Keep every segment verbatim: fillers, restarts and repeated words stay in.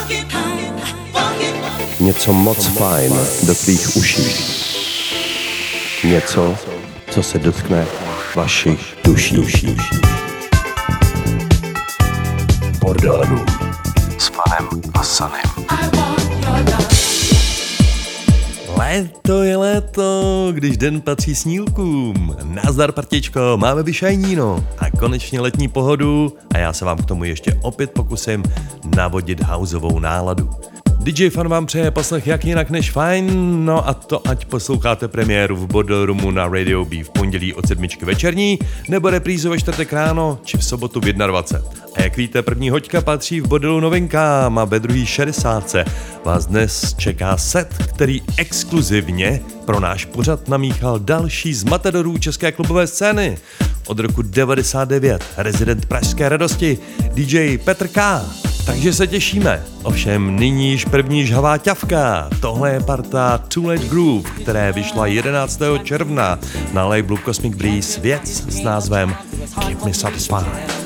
Něco moc fajn do tvých uší. Něco, co se dotkne vašich duší. Bordelů s Fanem a Sanem. Léto je léto, když den patří snílkům. Nazdar partičko, máme vyšajníno a konečně letní pohodu a já se vám k tomu ještě opět pokusím navodit houseovou náladu. dý džej Fan vám přeje poslech jak jinak než fajn, no a to ať posloucháte premiéru v Bordel Roomu na Radio B v pondělí od sedmičky večerní, nebo reprízu ve čtvrtek ráno, či v sobotu v dvacet jedna. A jak víte, první hoďka patří v Bordelu novinkám a ve druhý šedesátce vás dnes čeká set, který exkluzivně pro náš pořad namíchal další z matadorů české klubové scény. Od roku devadesát devět rezident pražské radosti dý džej Petr K. Takže se těšíme. Ovšem nyní již první žhavá ťavka. Tohle je parta Too Late Groove, které vyšla jedenáctého června na labelu Cosmic Breeze věc s názvem Keep Me Satisfied.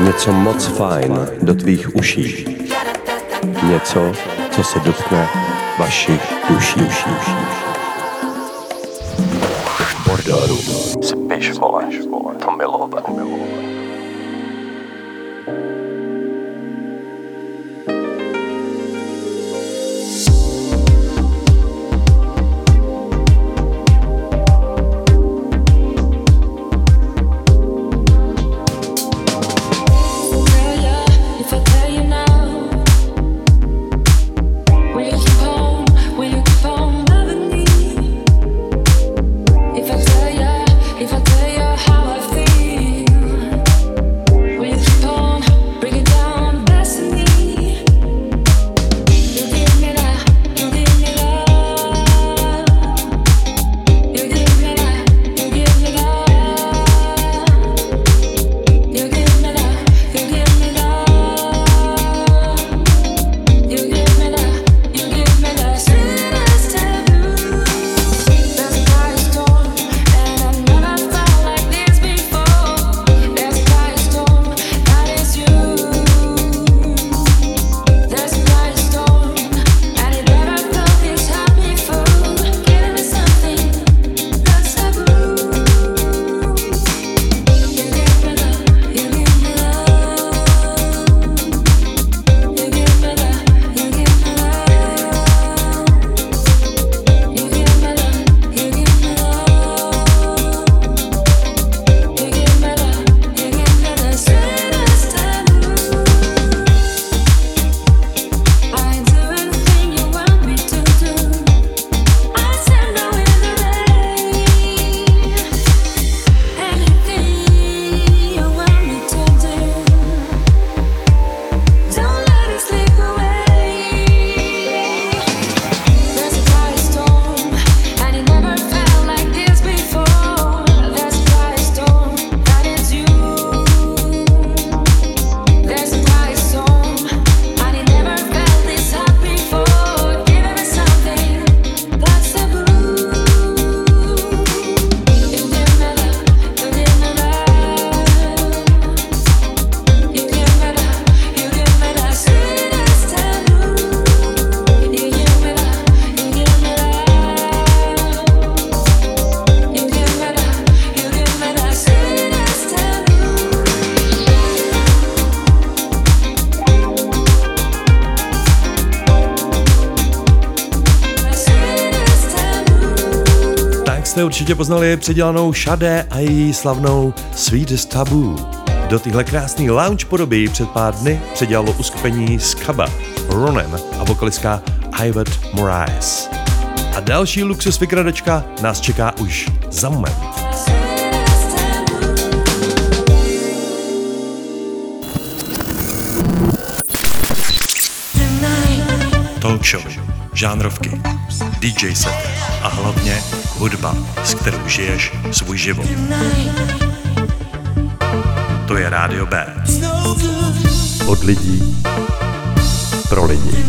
Něco moc fajn do tvých uší. Něco, co se dotkne vašich duší. duší, duší. Borderu. Spíš vole, to milové. Jste určitě poznali předělanou Sade a její slavnou Sweetest Taboo. Do téhle krásné lounge podoby před pár dny předělalo uskupení Skaba, Ronan a vokalistka Yvette Moraes. A další luxus vykradačka nás čeká už za moment. Talk show, žánrovky, D J set a hlavně hudba, s kterou žiješ svůj život. To je Rádio B. Od lidí pro lidi.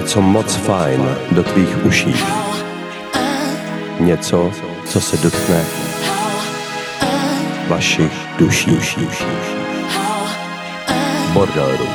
Něco moc fajn do tvých uší. Něco, co se dotkne vašich duší. Bordel Room.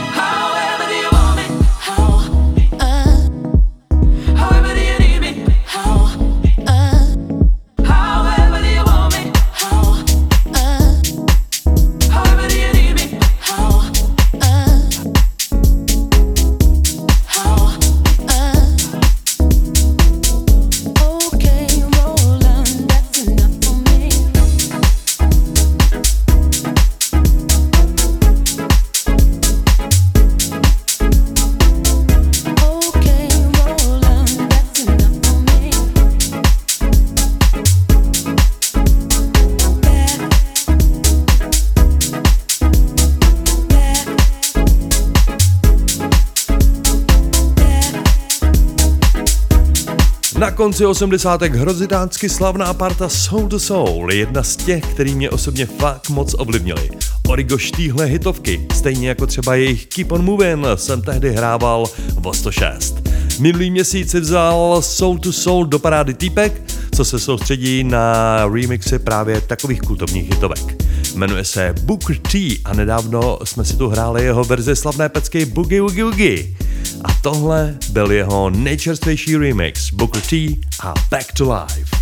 Na konci osmdesátek hrozitánsky slavná parta Soul to Soul je jedna z těch, který mě osobně fakt moc ovlivnili. Origo štíhle hitovky, stejně jako třeba jejich Keep on Movin', jsem tehdy hrával o sto šest. Minulý měsíc si vzal Soul to Soul do parády týpek, co se soustředí na remixy právě takových kultovních hitovek. Jmenuje se Booker T a nedávno jsme si tu hráli jeho verzi slavné pecky Boogie Woogie Woogie. A tohle byl jeho nejčerstvější remix Booker T a Back to Life.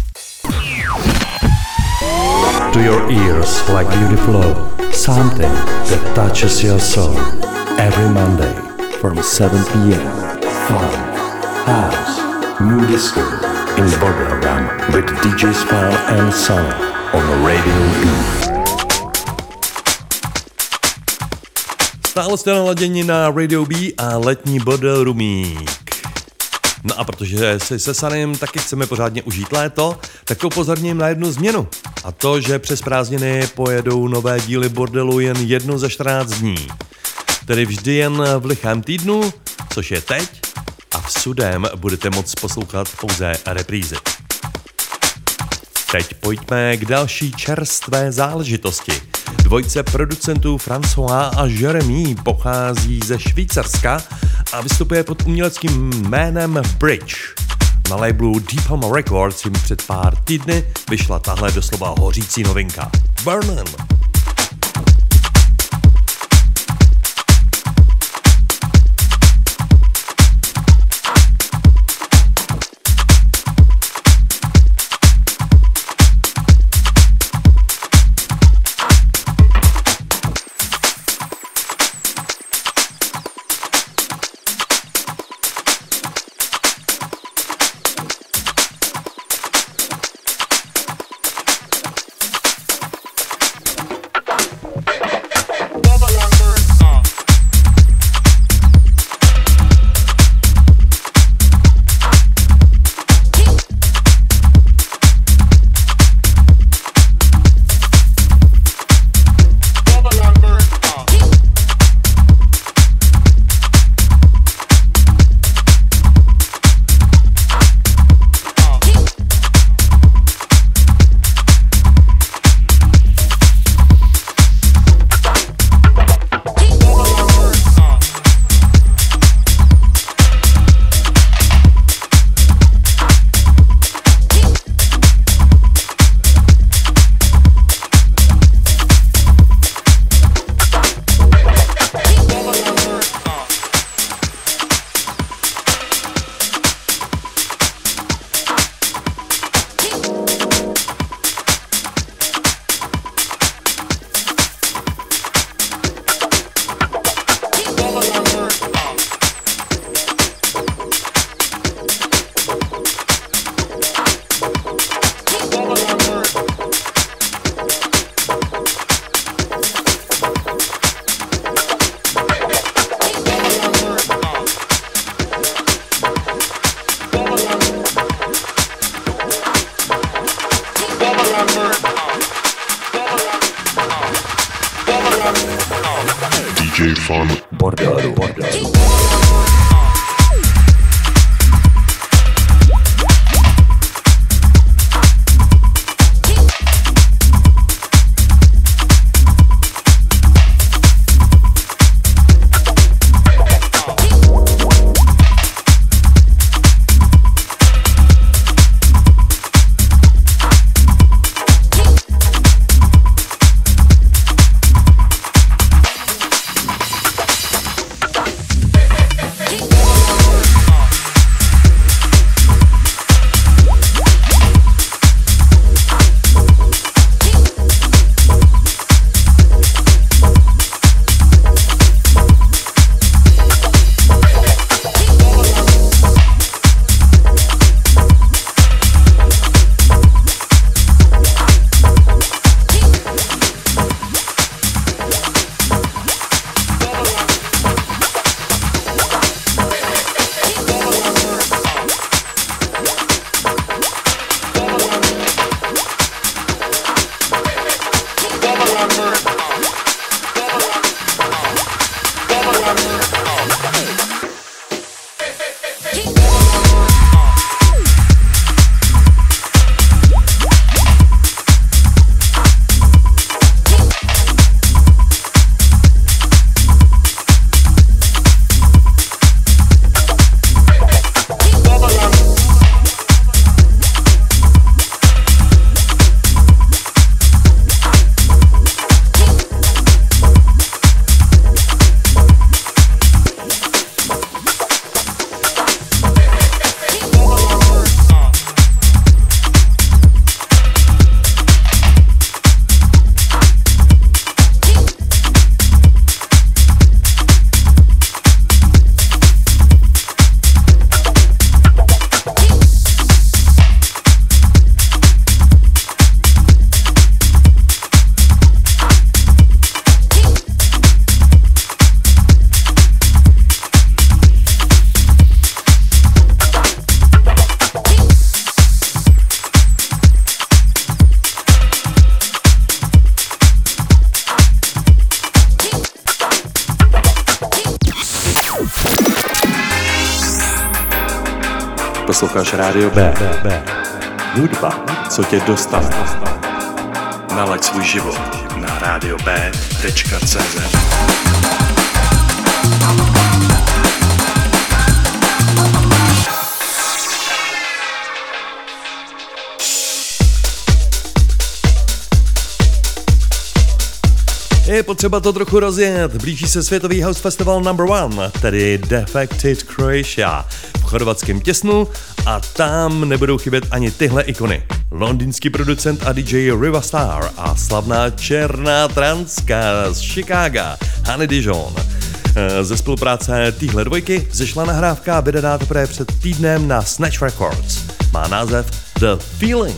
To your ears like beautiful flow, something that touches your soul. Every Monday from seven p.m. Fun, house, new disco in Bordel Room with D Js Fun and Son on Radio B. Stále jste naladěni na Radio B a letní Bordel Roomík. No a protože si se Sanem taky chceme pořádně užít léto, tak to upozorním na jednu změnu. A to, že přes prázdniny pojedou nové díly Bordelu jen jednou za čtrnáct dní. Tedy vždy jen v lichém týdnu, což je teď, a v sudém budete moct poslouchat pouze reprízy. Teď pojďme k další čerstvé záležitosti. Dvojce producentů François a Jeremy pochází ze Švýcarska a vystupuje pod uměleckým jménem Bridge. Na labelu Deep Home Records jim před pár týdny vyšla tahle doslova hořící novinka. Burnin'. D J Fun. Bordelu, bordelu. Posloucháš Rádio B. Hudba, co tě dostane. Nalaď svůj život na rádio bé tečka cé zet. Je potřeba to trochu rozjet, blíží se světový House Festival number one, tedy Defected Croatia v chorvatském Těsnu a tam nebudou chybět ani tyhle ikony. Londýnský producent a dý džej Riva Starr a slavná černá transka z Chicaga Honey Dijon. Ze spolupráce téhle dvojky zešla nahrávka vydaná teprve před týdnem na Snatch Records. Má název The Feeling.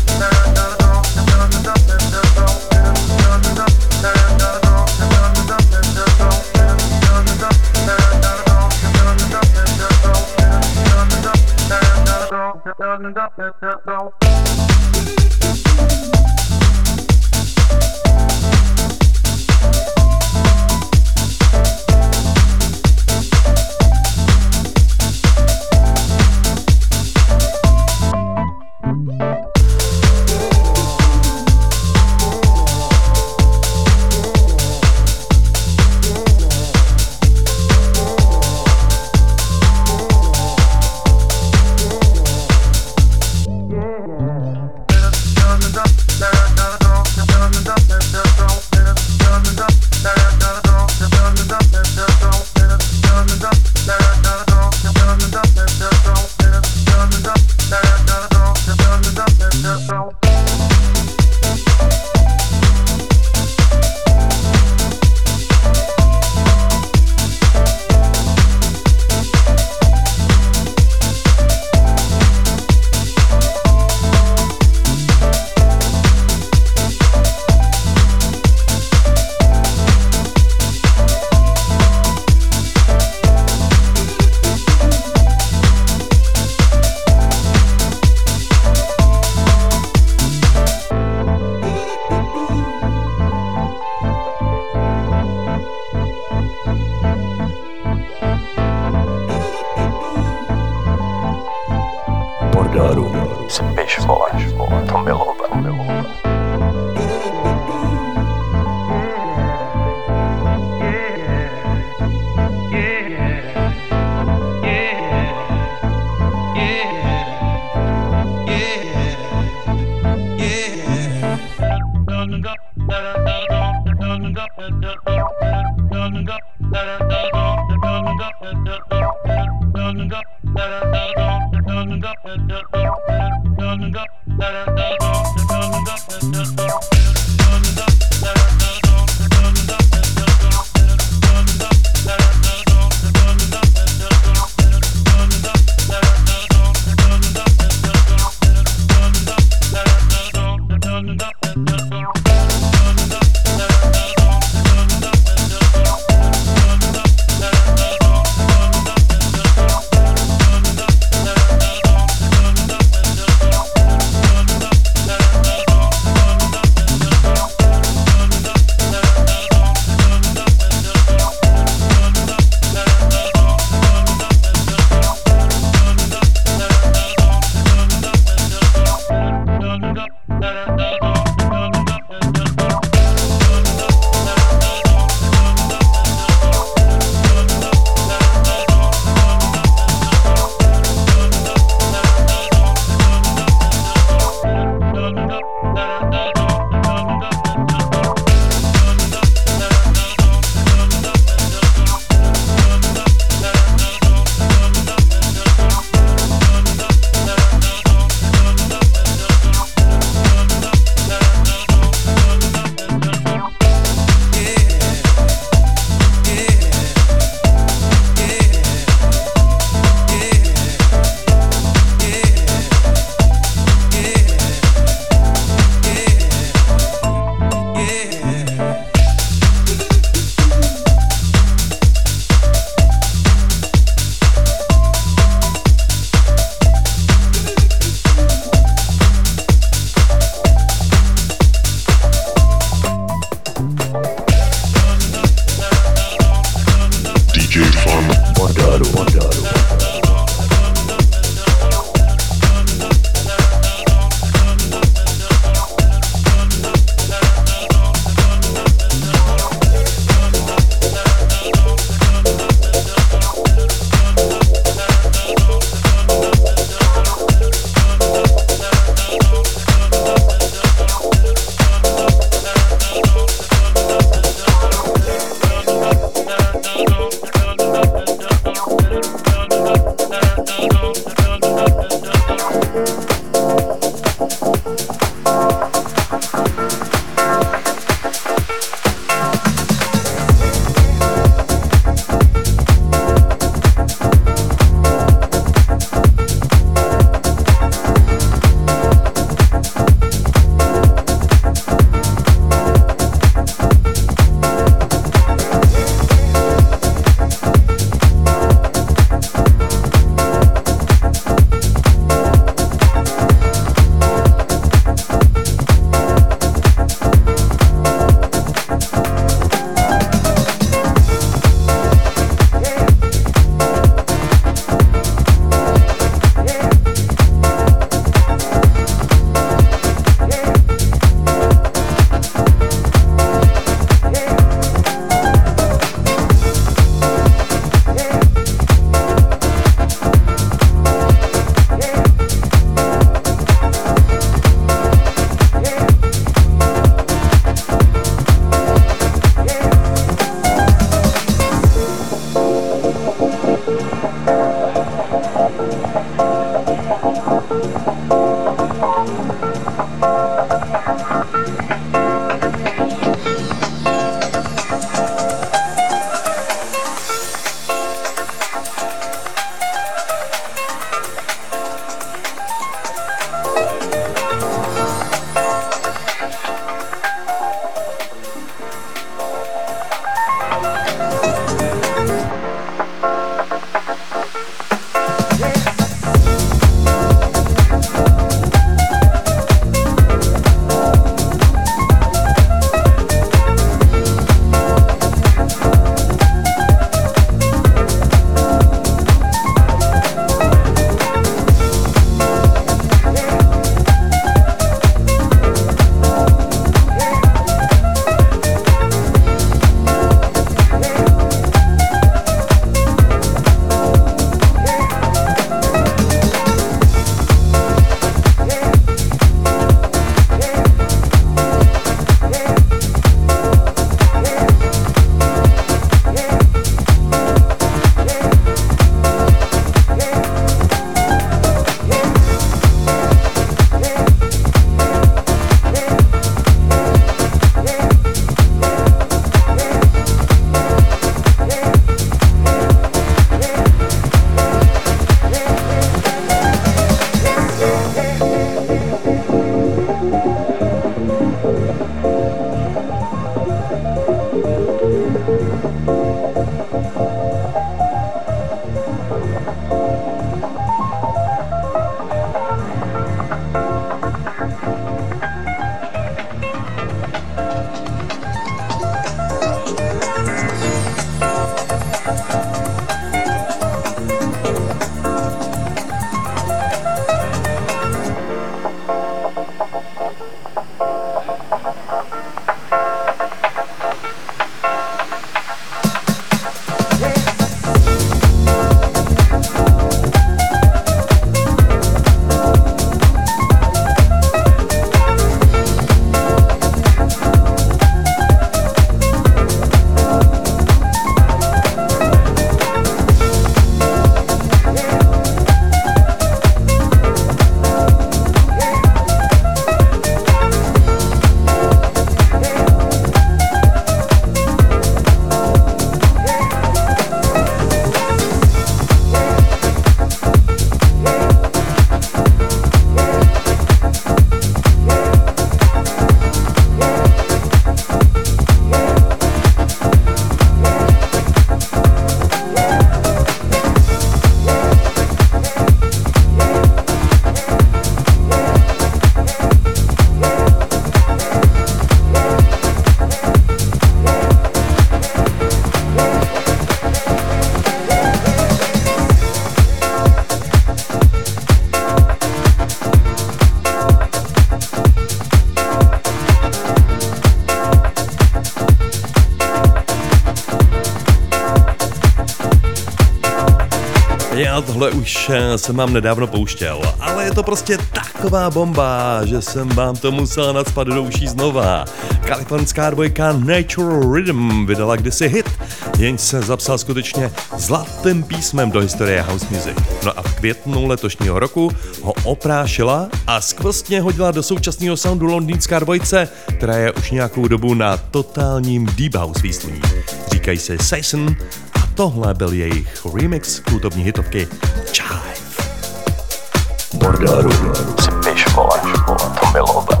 Tohle už jsem vám nedávno pouštěl, ale je to prostě taková bomba, že jsem vám to musel nacpat do uší znova. Kalifornská dvojka Natural Rhythm vydala kdysi hit, jenž se zapsal skutečně zlatým písmem do historie house music. No a v květnu letošního roku ho oprášila a skvostně hodila do současného soundu londýnská dvojce, která je už nějakou dobu na totálním deep house výsluní. Říkají se Session a tohle byl jejich remix kultovní hitovky Jive. Borderu si piš, vole, to milové.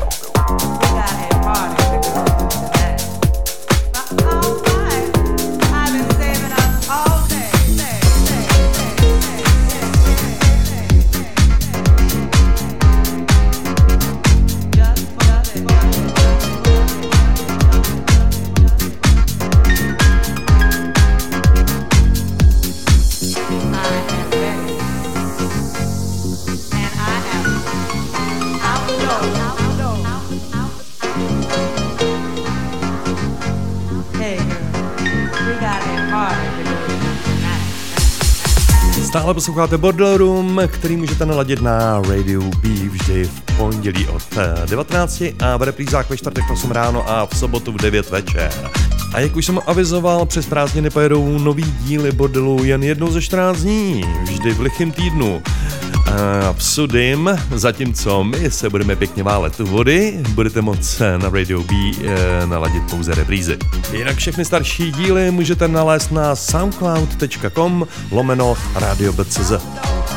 Stále posloucháte Bordel Room, který můžete naladit na Radio B vždy v pondělí od devatenácti a v reprízách ve čtvrtek v osm ráno a v sobotu v devět večer. A jak už jsem avizoval, přes prázdniny pojedou nový díly Bordelu jen jednou ze čtrnáct dní, vždy v lichým týdnu. A v sudym, zatímco my se budeme pěkně válet u vody, budete moct na Radio B e, naladit pouze reprízy. Jinak všechny starší díly můžete nalézt na soundcloud tečka com lomeno radio tečka c z.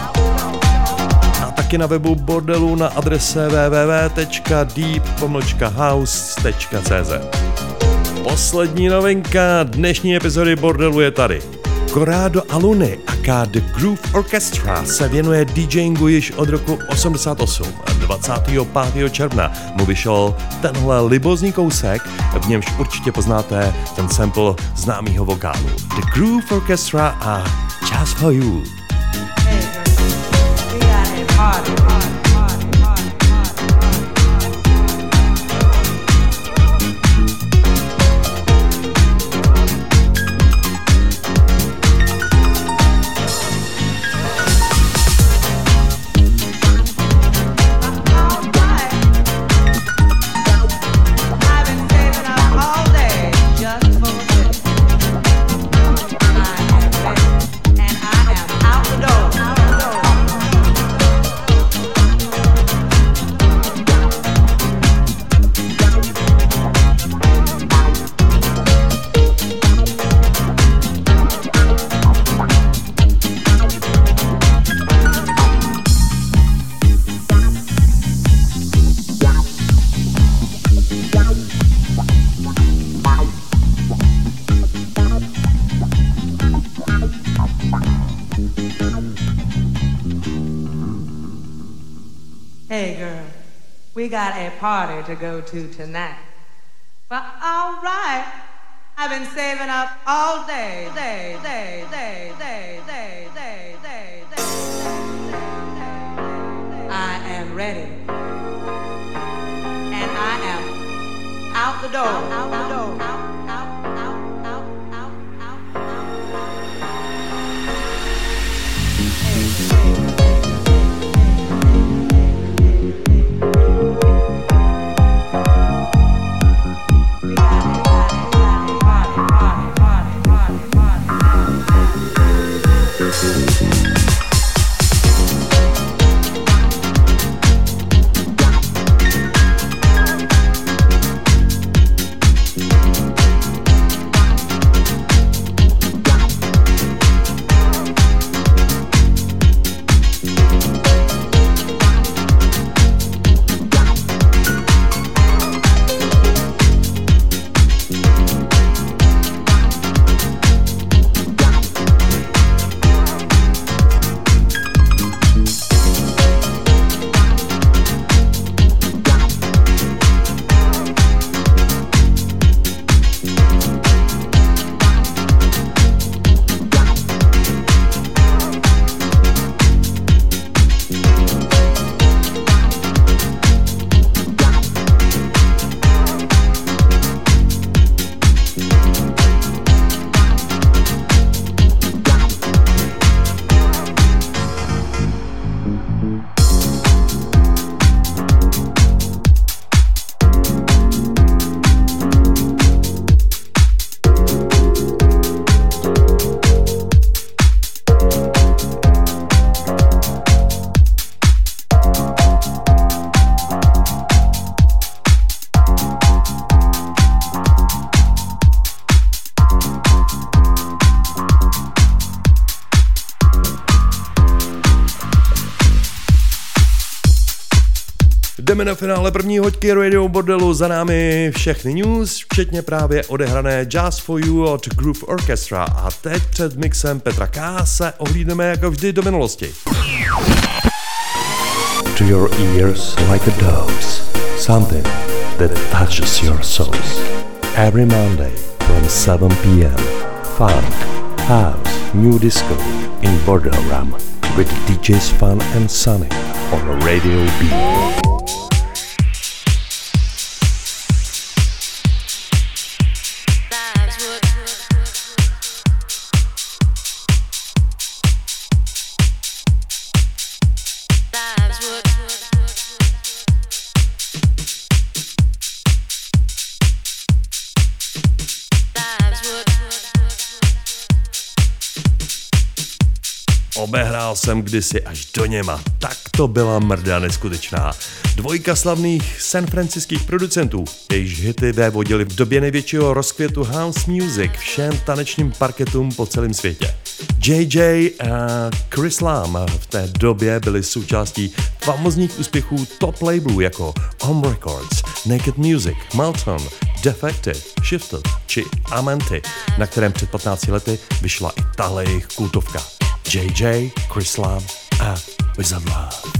A taky na webu Bordelu na adrese w w w tečka deep house tečka c z. Poslední novinka dnešní epizody Bordelu je tady. Corrado Aluni aka The Groove Orchestra se věnuje DJingu již od roku osmdesát osm. dvacátého pátého června mu vyšel tenhle libozní kousek, v němž určitě poznáte ten sample známýho vokálu. The Groove Orchestra a Just For You. Hey girl, we got a party to go to tonight. Well, all right. I've been saving up all day, day, day, day, day, day, day, day, day. I am ready. And I am out the door, out the door, out, out, out, out, out, out, out. Hey, hey. We'll be right back. Jdeme na finále první hoďky Radio Bordelu, za námi všechny news, včetně právě odehrané Jazz for You od Groove Orchestra a teď před mixem Petra K. se ohlídneme jako vždy do minulosti. To your ears like a dove's, something that touches your soul. Every Monday from seven p.m. Fun, house, new disco in Bordelram with D Js Fun and Sunny on Radio B. Obehrál jsem kdysi až do něma, tak to byla mrda neskutečná. Dvojka slavných sanfranciských producentů, jejichž hity vévodili v době největšího rozkvětu house music všem tanečním parketům po celém světě. J J a Chris Lam v té době byli součástí famózních úspěchů top labelů jako Home Records, Naked Music, Malton, Defected, Shifted či Amanti, na kterém před patnácti lety vyšla i tahle jejich kultovka. J J, Chris Lam a Wizard Love.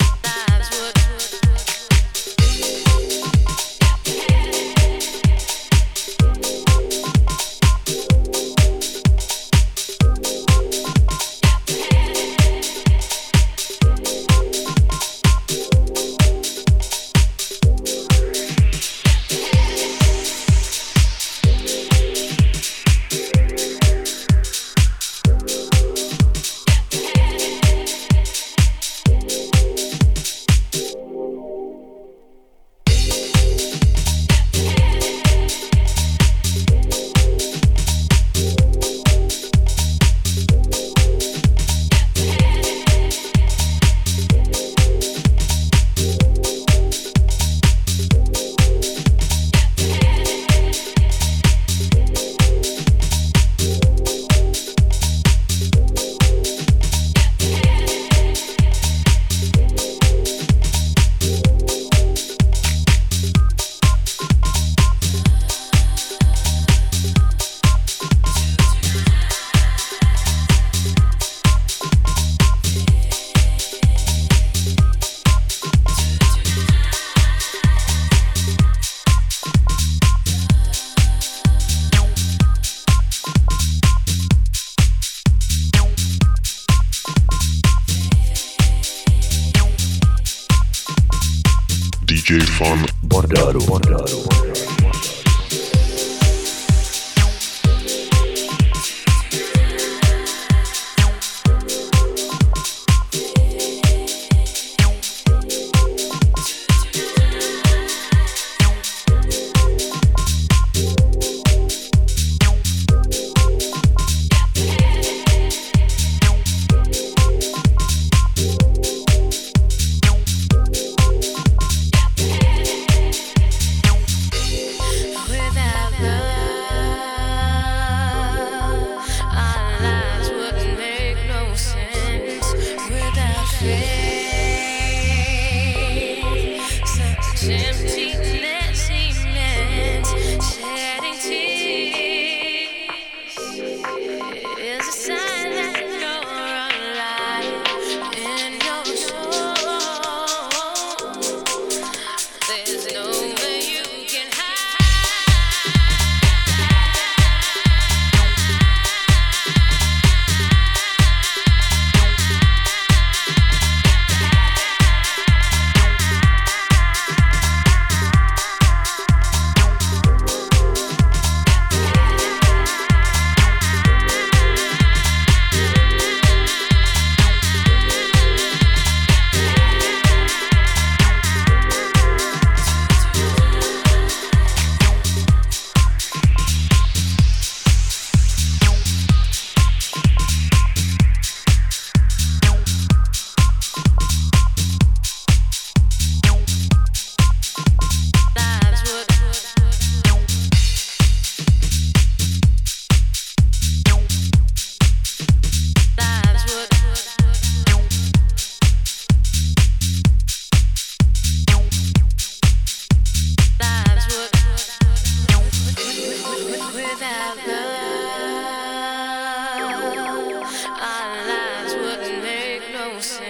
D J Fun Bordellu, Bordellu.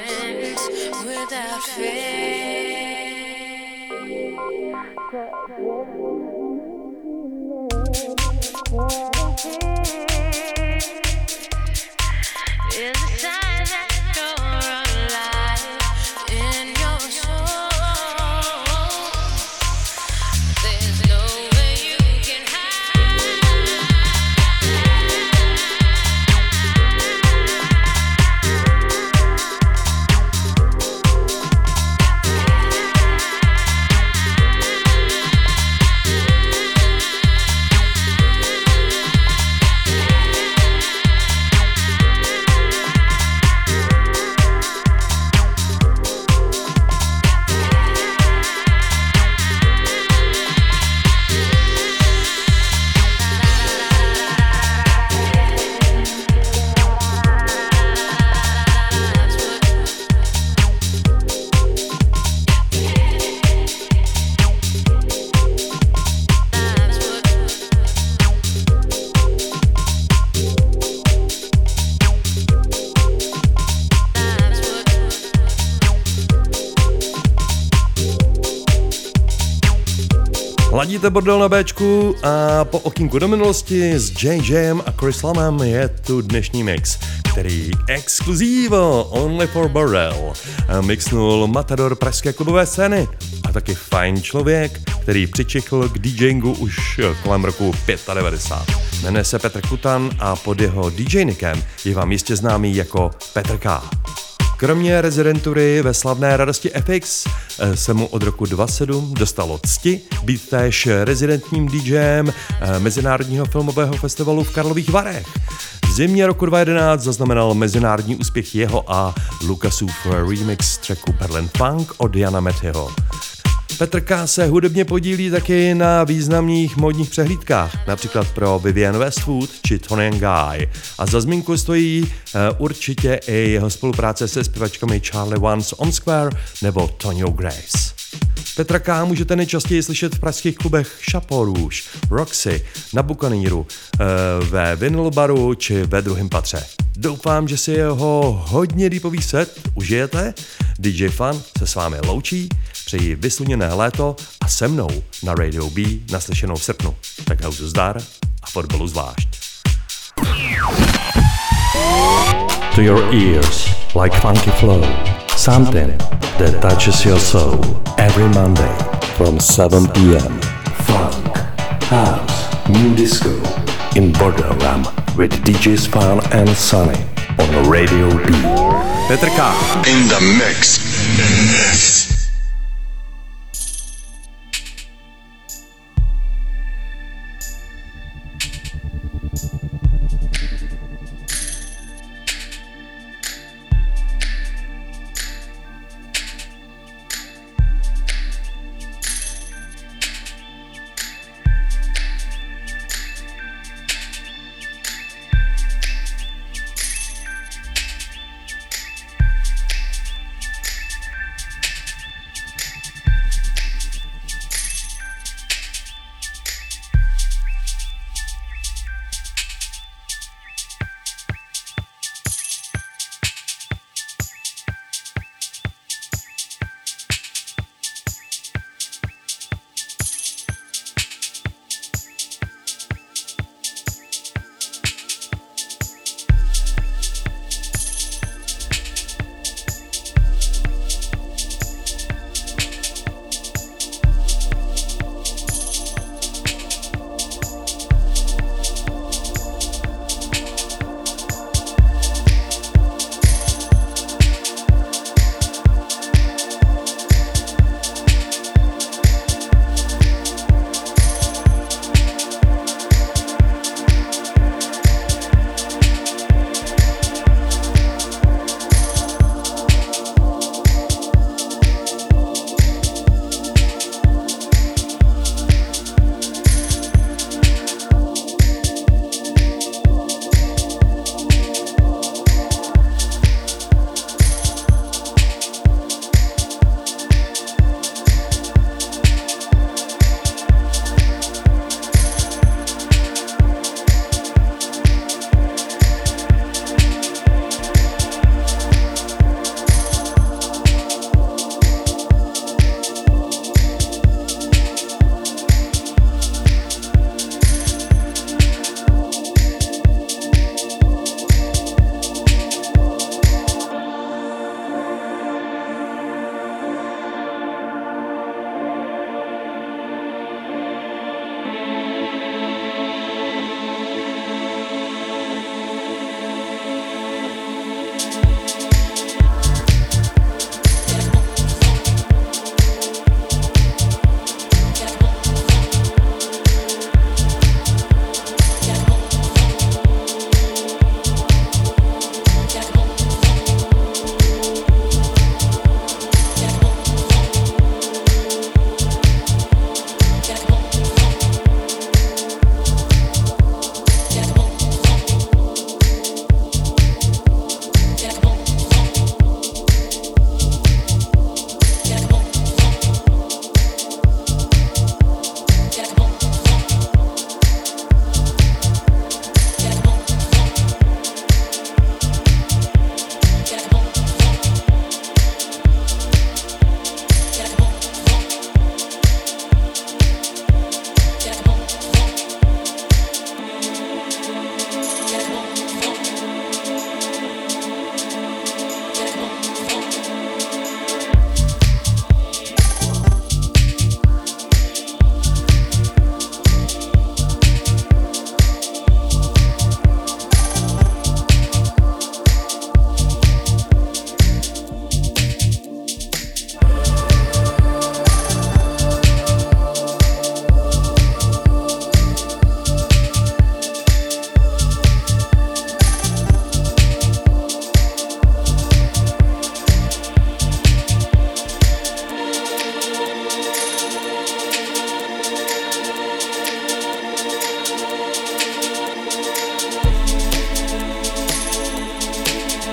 without fear. Is a sign that you're alive in your soul. There's no way you can Ladíte bordel na Bčku a po okýnku do minulosti s J Jem a Chris Lamem je tu dnešní mix, který exkluzivo Only for Bordel mixnul matador pražské klubové scény a taky fajn člověk, který přičichl k DJingu už kolem roku devadesát pět. Jmenuje se Petr Kutan a pod jeho DJnikem je vám jistě známý jako Petr K. Kromě rezidentury ve slavné Radosti F X se mu od roku dvacet sedm dostalo cti být též rezidentním DJem Mezinárodního filmového festivalu v Karlových Varech. V zimě roku dva tisíce jedenáct zaznamenal mezinárodní úspěch jeho a Lucasův remix tracku Berlin Funk od Jana Mattheho. Petr K. se hudebně podílí taky na významných módních přehlídkách, například pro Vivienne Westwood či Toni and Guy. A za zmínku stojí uh, určitě i jeho spolupráce se zpěvačkami Charlie Wans on Square nebo Tonio Grace. Petra K. můžete nejčastěji slyšet v pražských klubech Chapeau Rouge, Roxy, na Buccaneeru, ve Vinyl baru či ve druhém patře. Doufám, že si jeho hodně deepový set užijete. D J Fun se s vámi loučí, přeji vysluněné léto a se mnou na Radio B naslyšenou v srpnu. Tak houzu zdar a fotbalu zvlášť. To your ears, like funky flow, something that touches your soul. Every Monday from seven p.m. Funk, house, new disco in Bordelram with D Js Fun and Sunny on Radio B. Petr K. In the mix. Mix.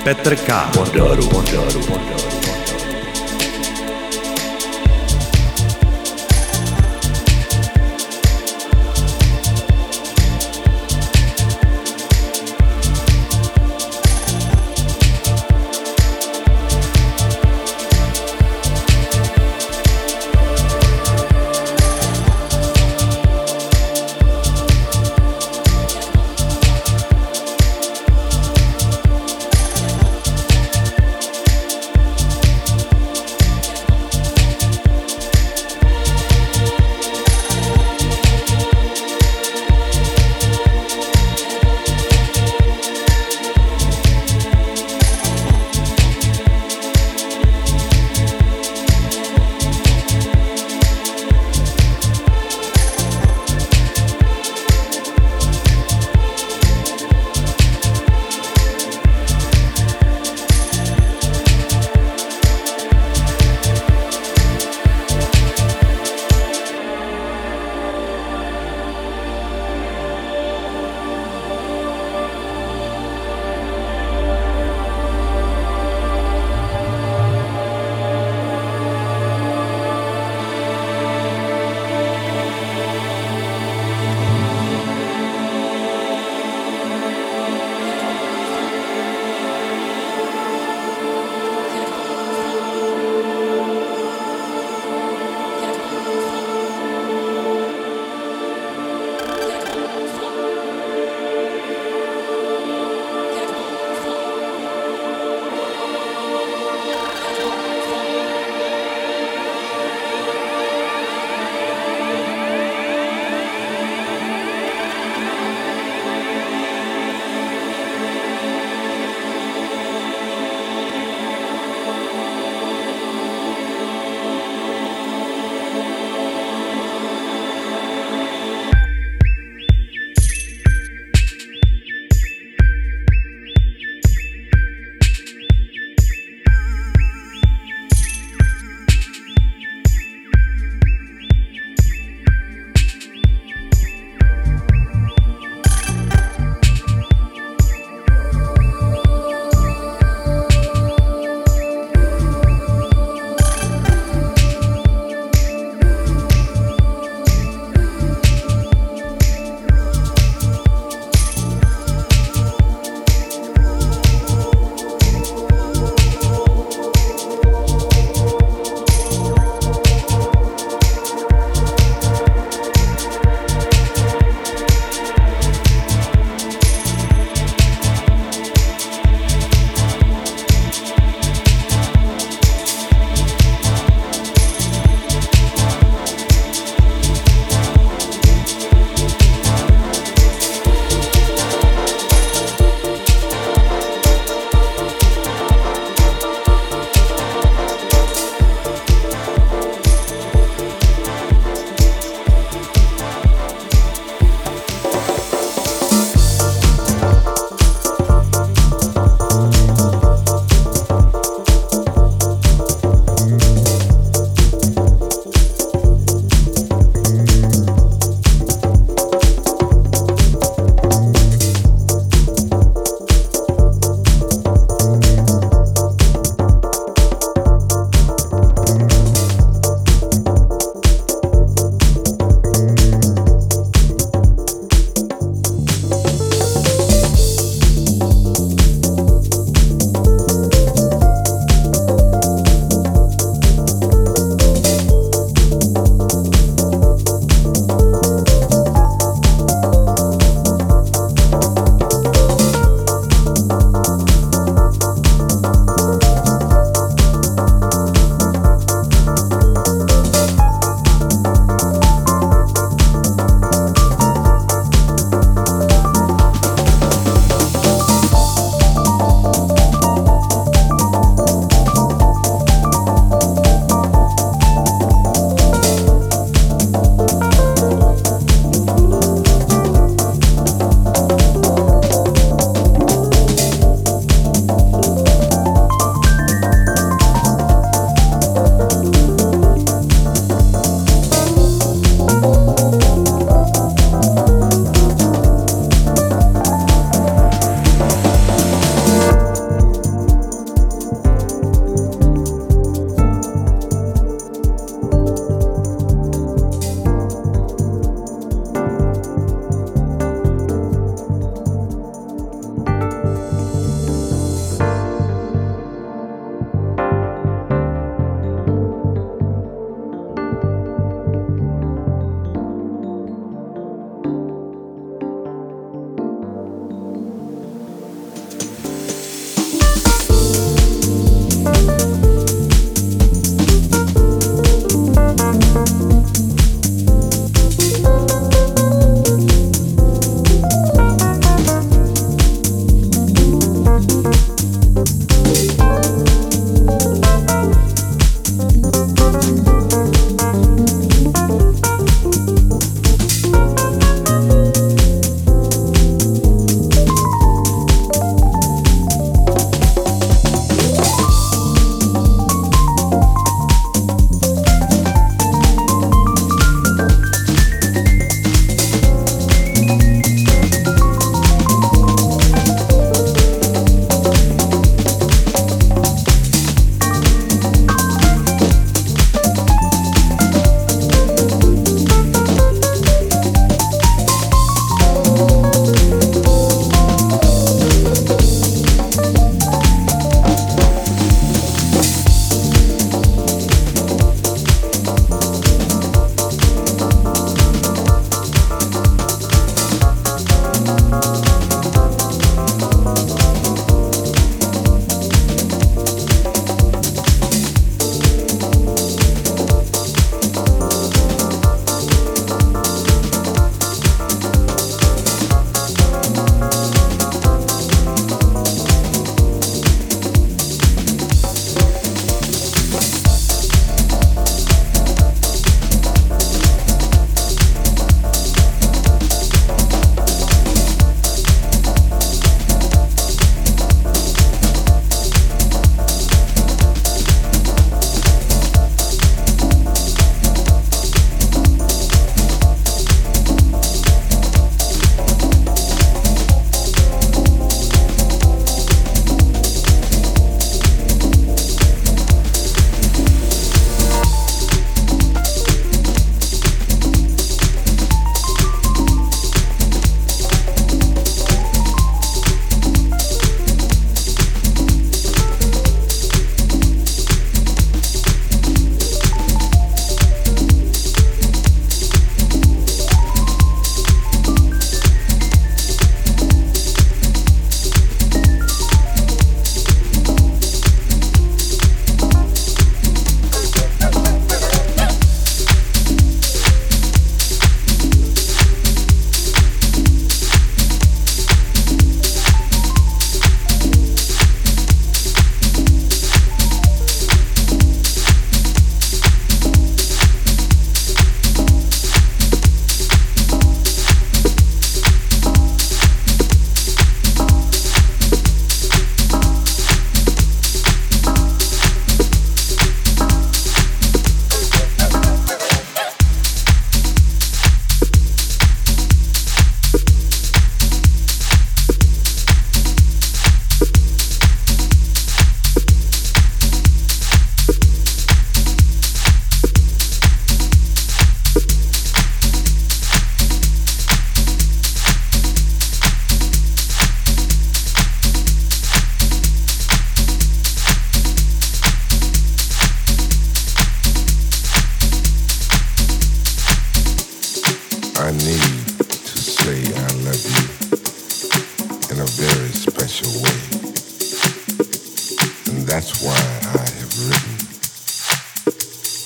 Petr K. Wondaru, Wondaru, Wondaru.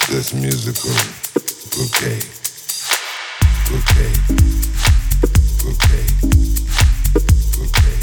this musical bouquet. Bouquet. Bouquet. Bouquet.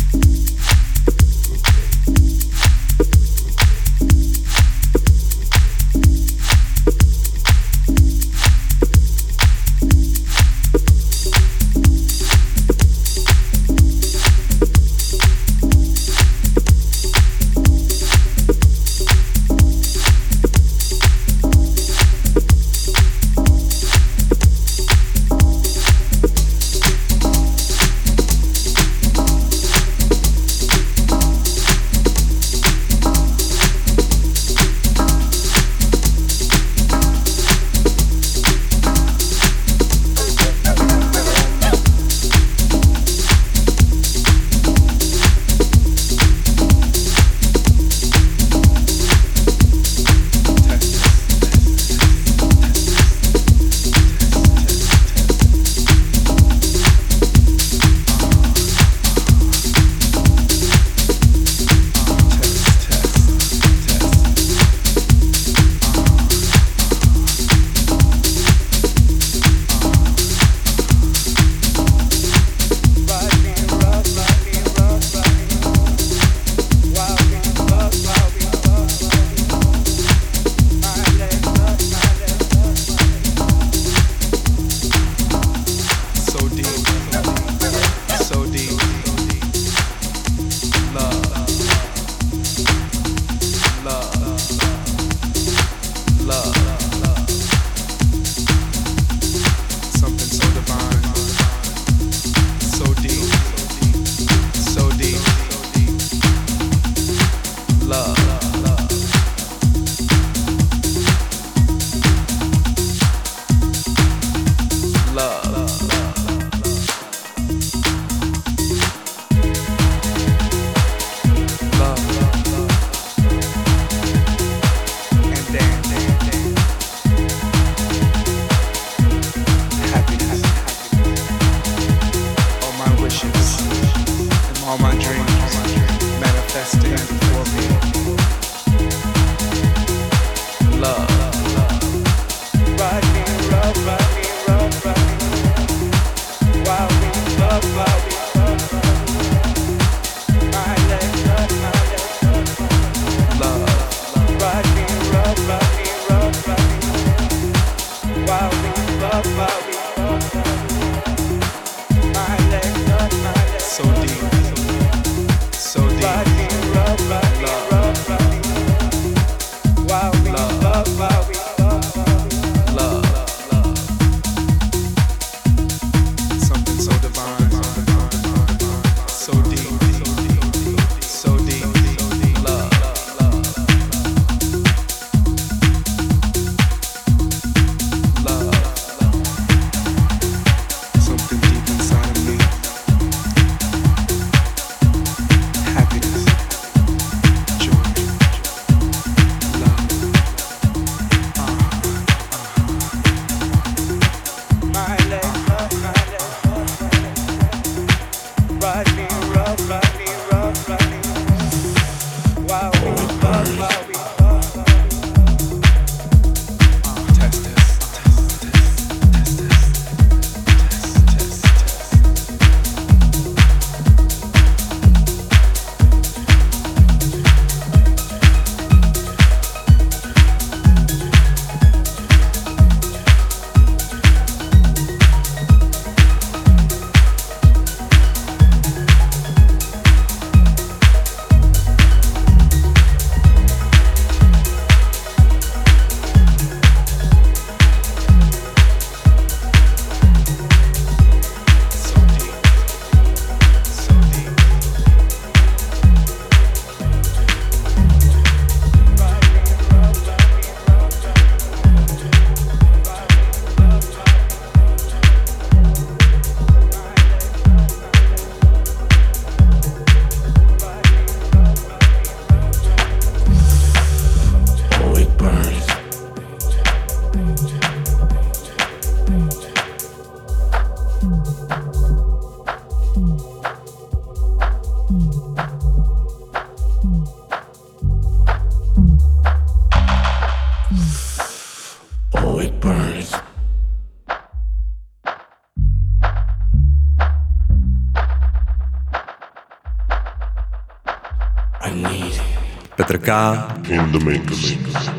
K. In the mix.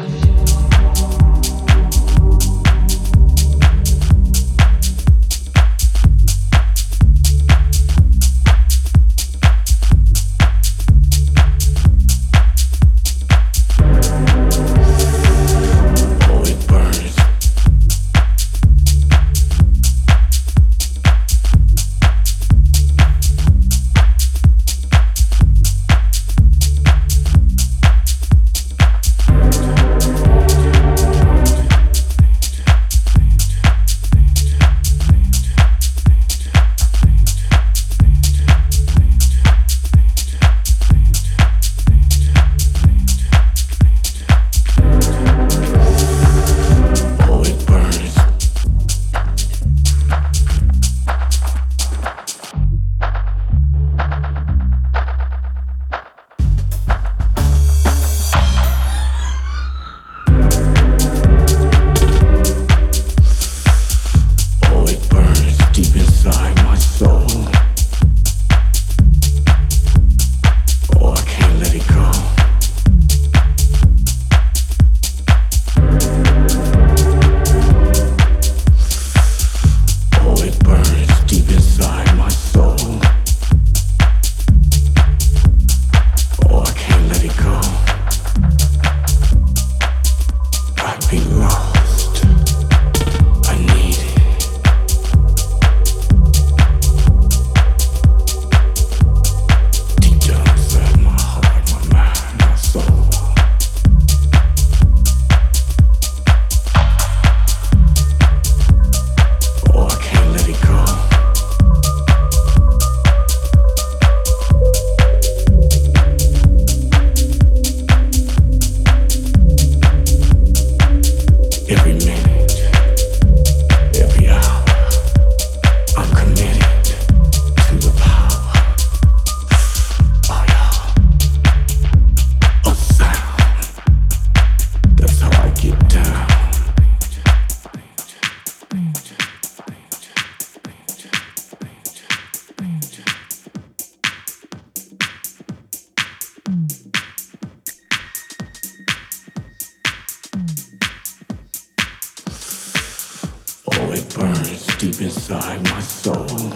deep inside my soul.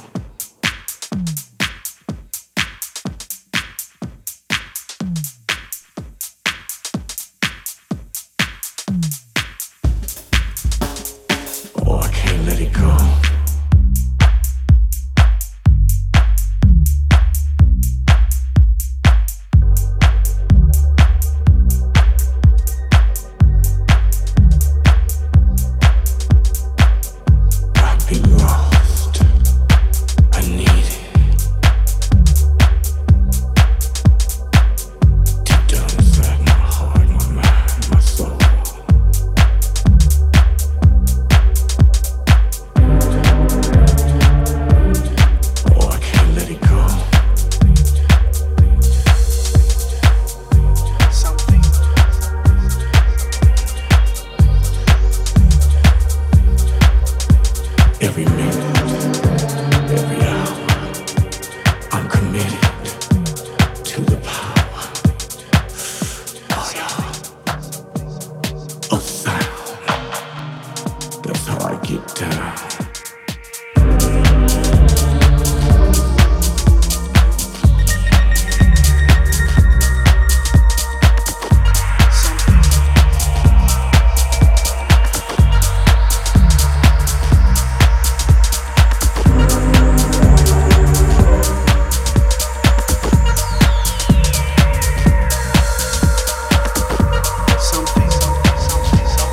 Oh, I can't let it go. Every minute, every hour, I'm committed to the power. Oh yeah, of sound. That's how I get down. Something, something, something, something.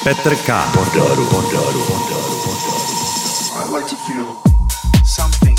Petr K. Bondaru, bondaru, bondaru, bondaru. I like to feel something.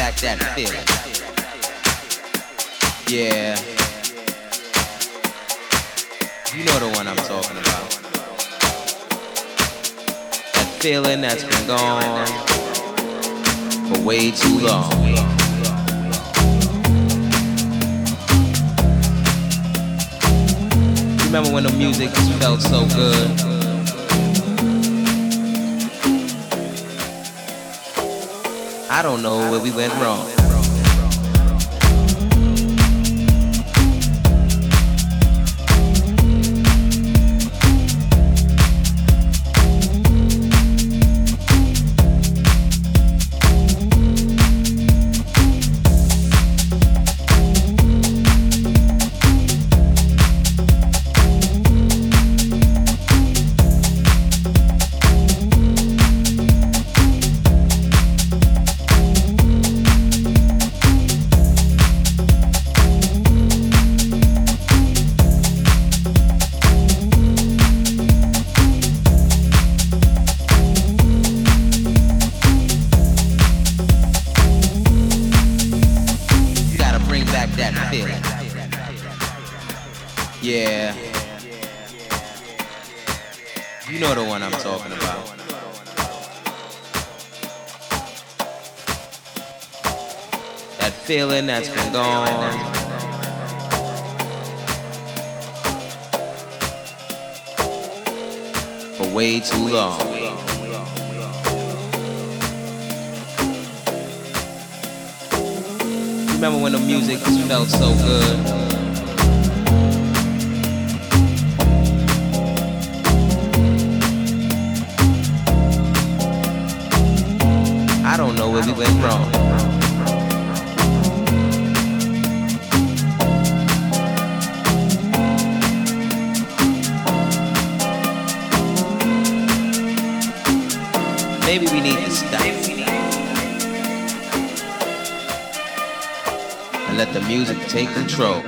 back that feeling. Yeah. You know the one I'm talking about. That feeling that's been gone for way too long. Remember when the music felt so good? I don't know where we went wrong. Yeah. You know the one I'm talking about. That feeling that's been gone for way too long. Remember when the music felt so good? I don't know where we went wrong. Maybe we need to stop and let the music take control.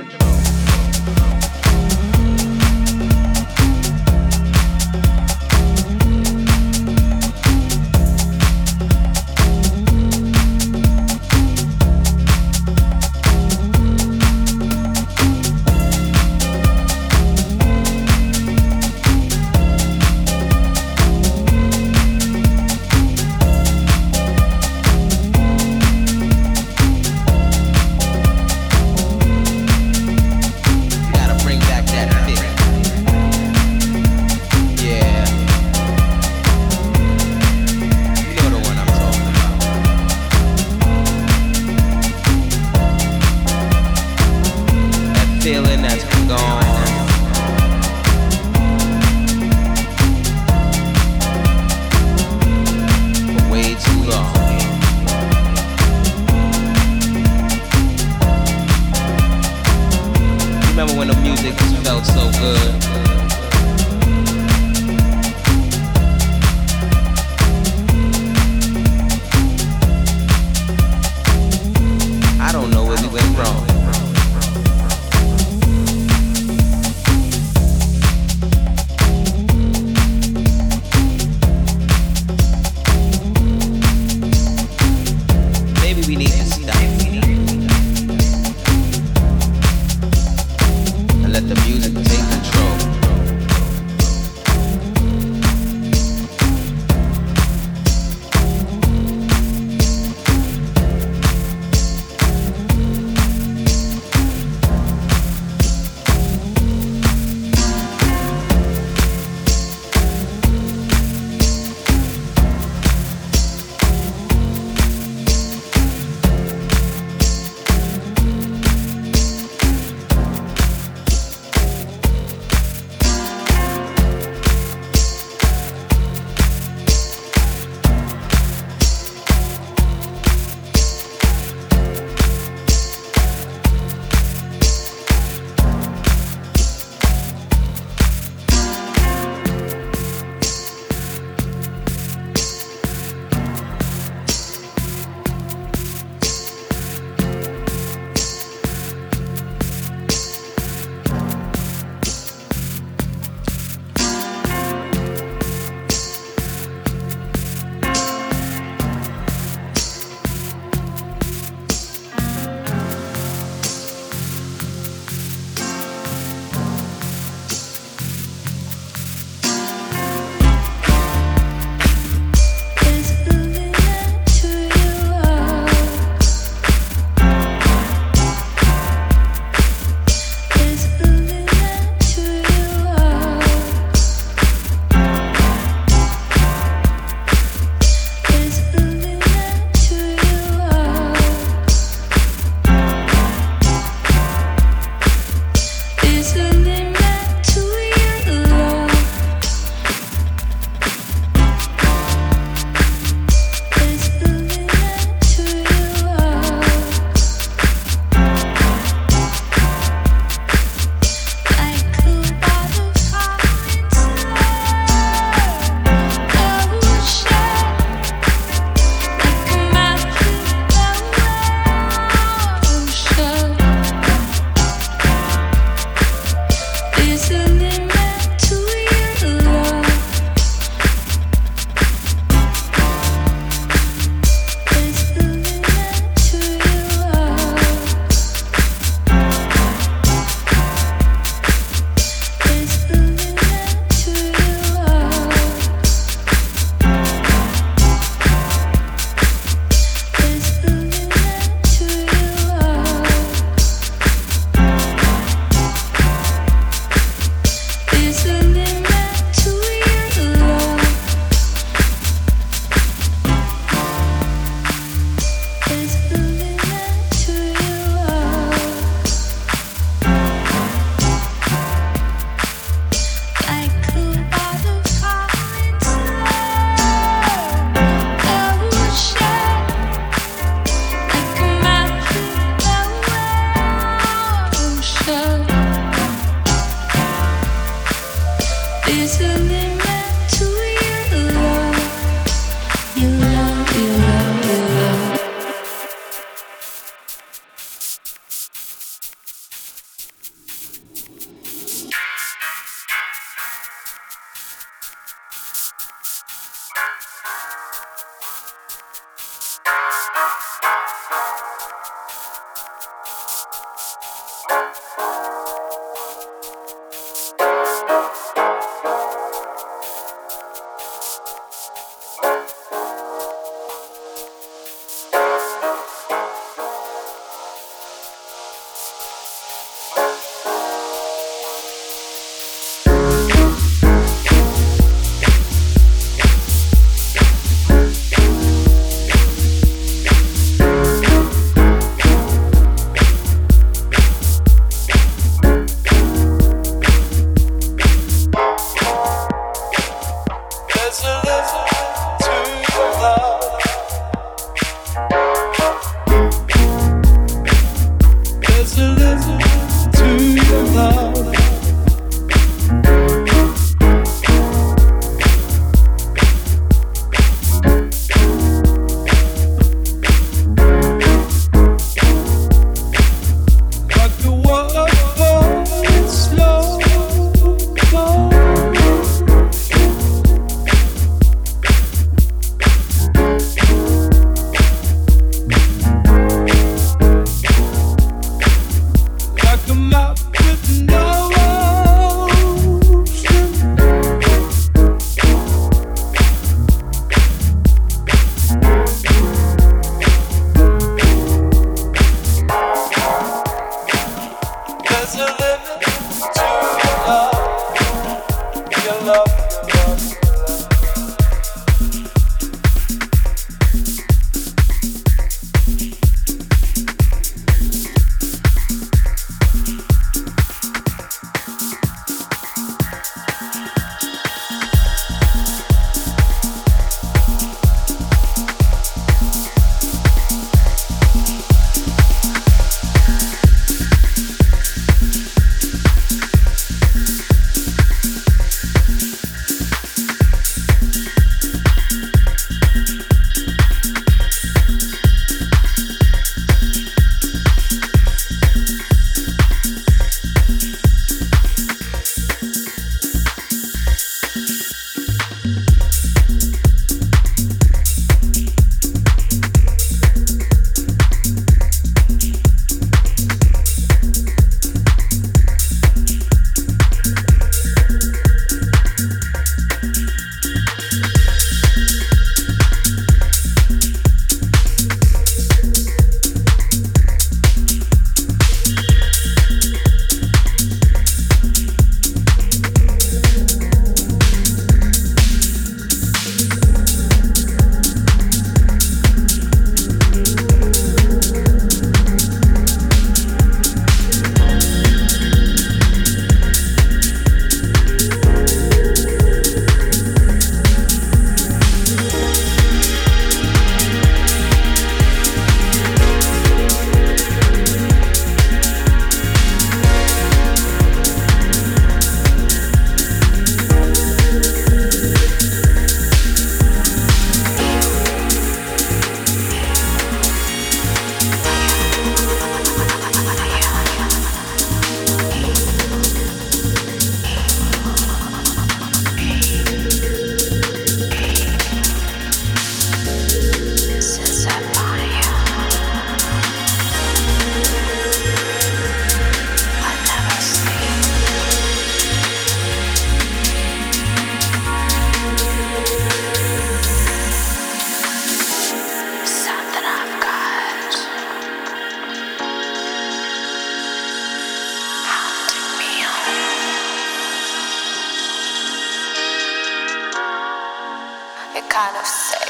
kind of sick.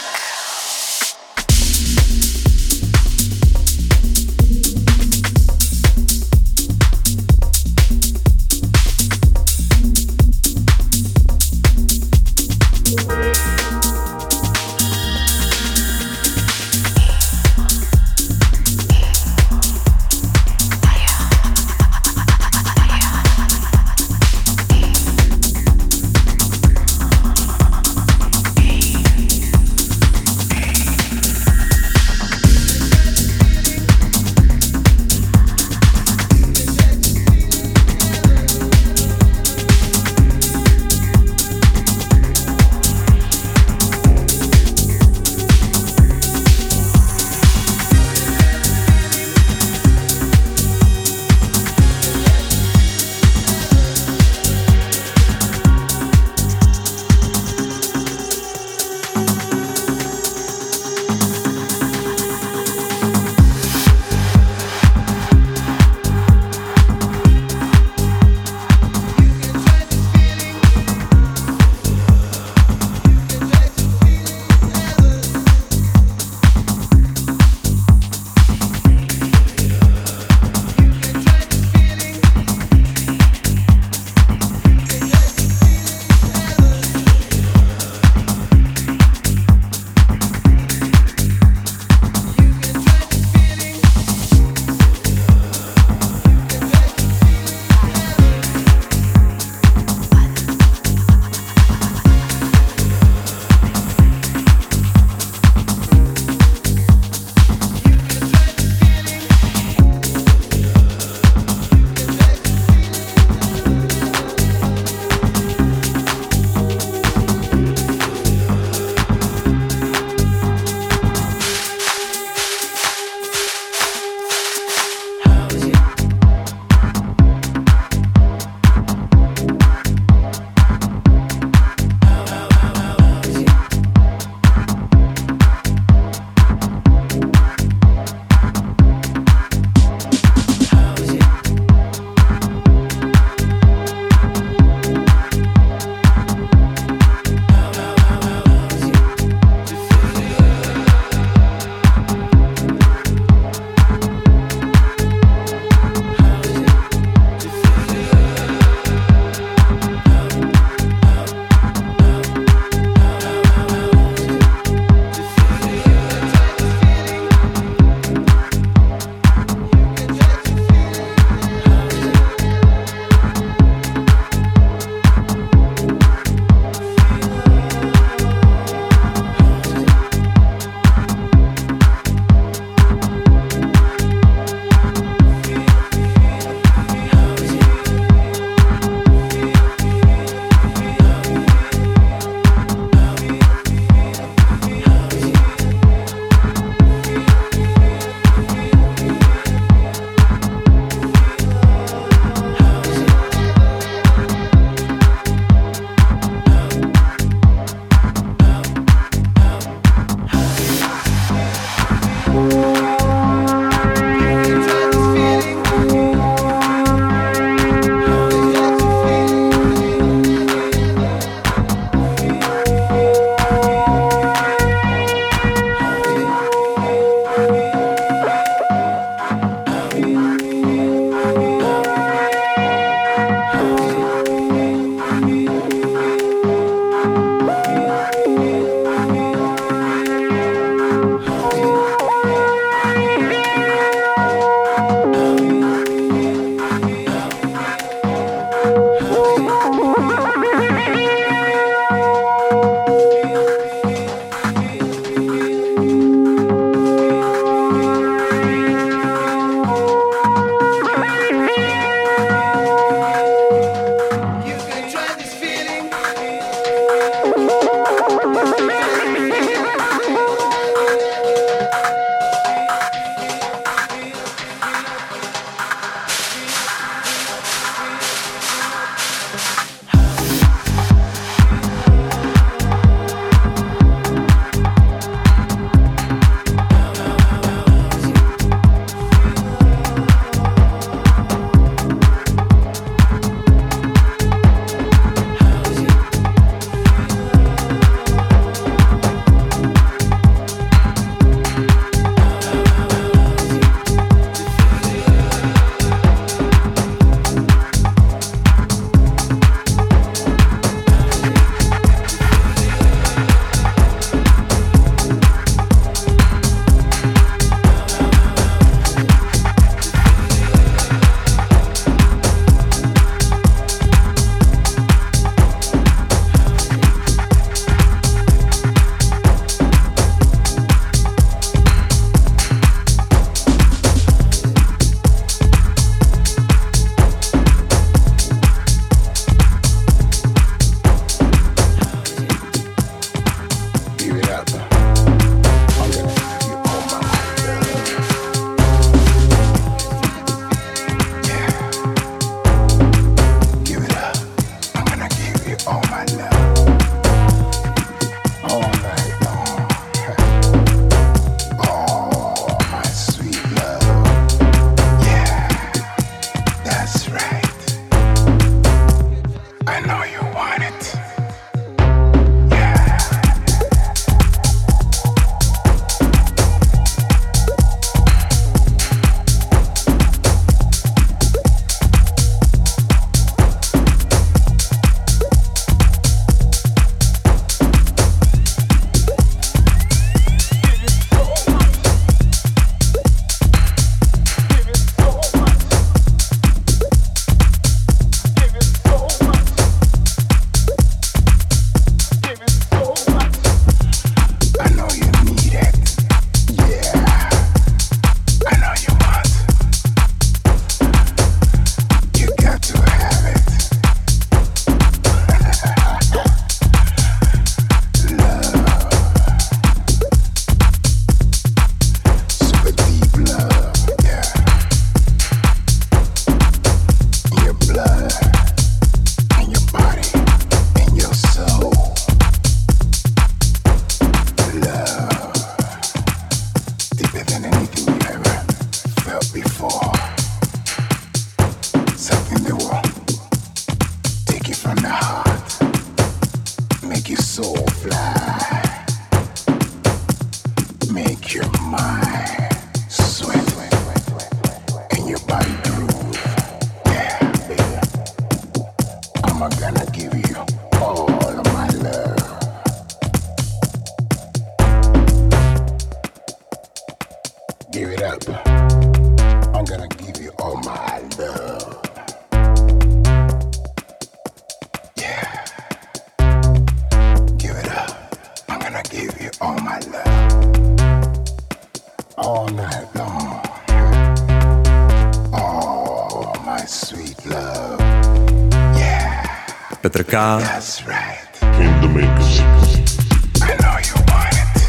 Petr K. In the mix. I know you want it.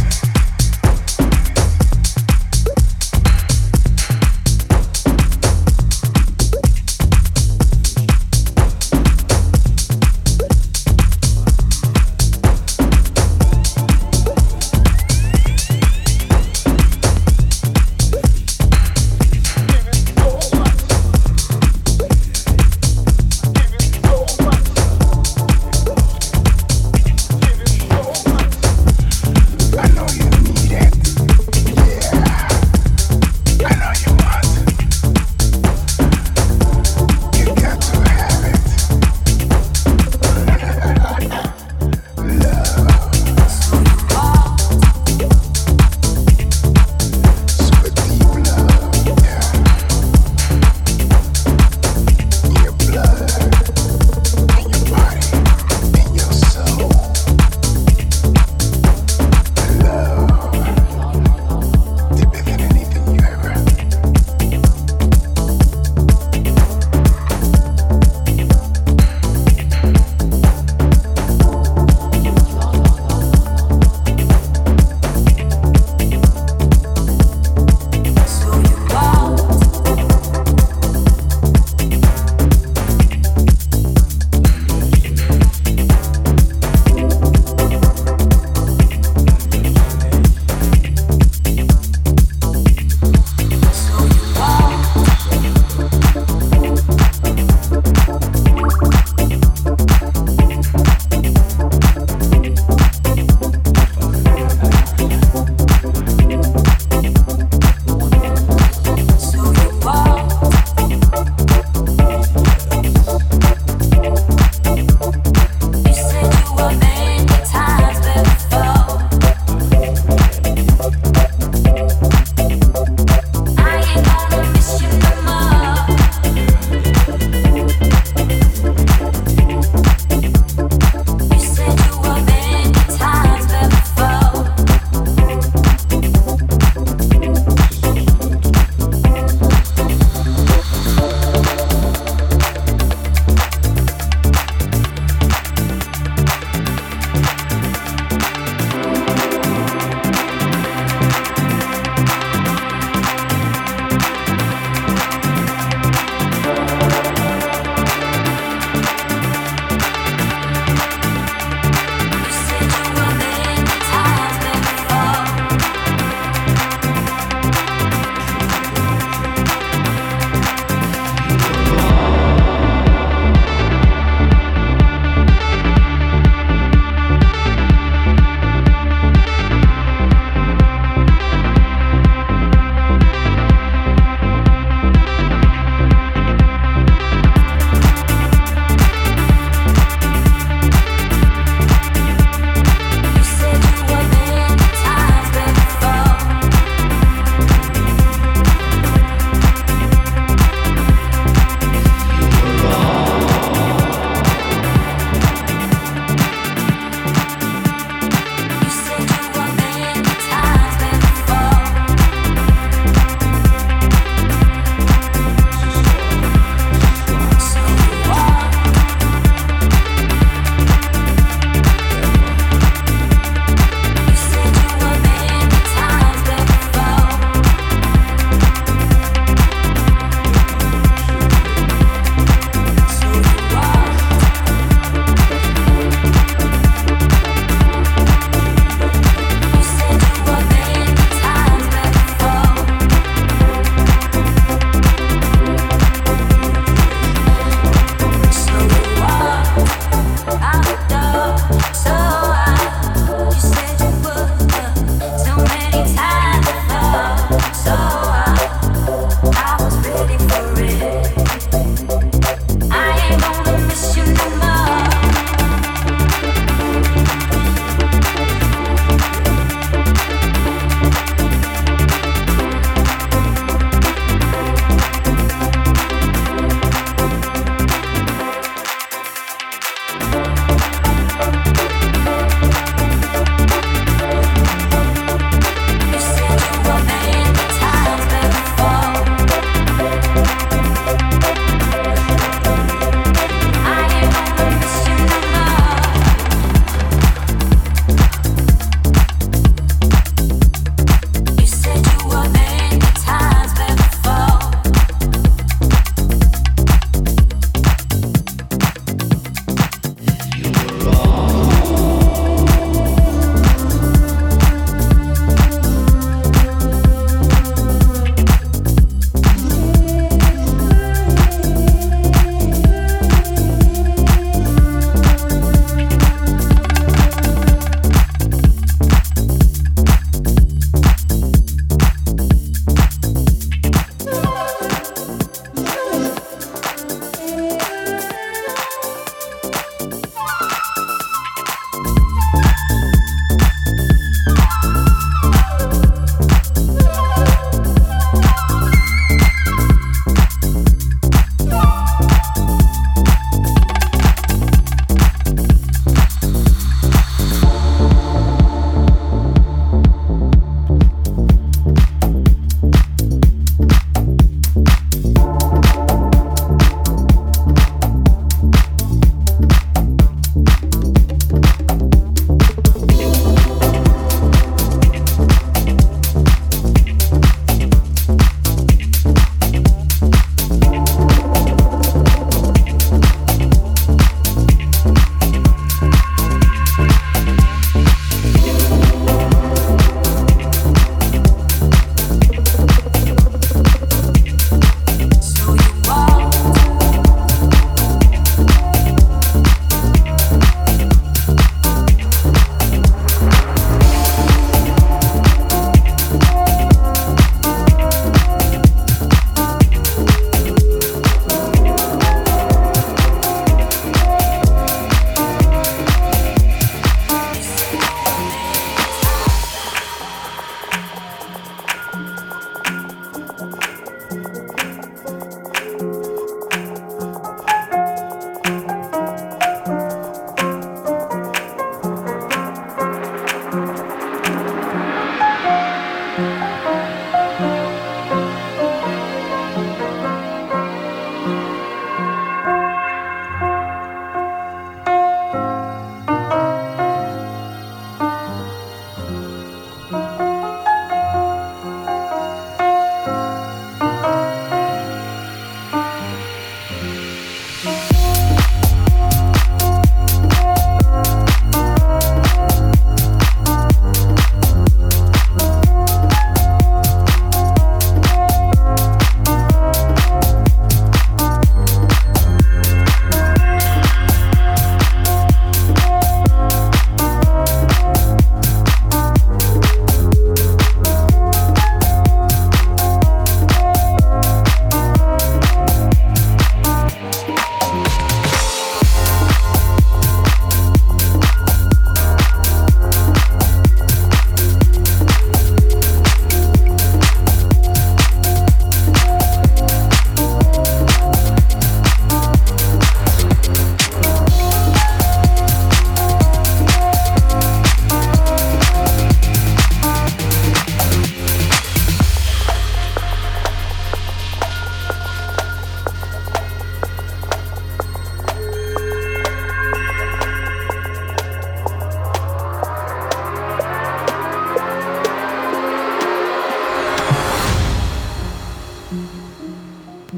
Give it so much.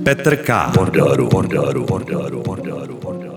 Petr K. Bordaru, bordaru, bordaru, bordaru, bordaru.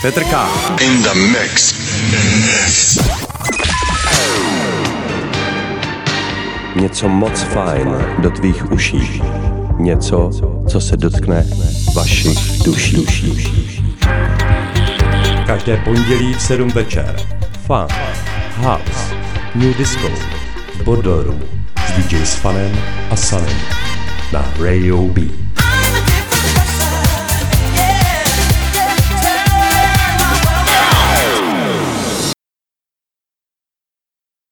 Petr K. In the mix. Něco moc fajn do tvých uší. Něco, co se dotkne vašich duší. duší. Každé pondělí v sedm večer. Fun, House, New Disco, Bodoru s D J s Fanem a Sunem na Radio B.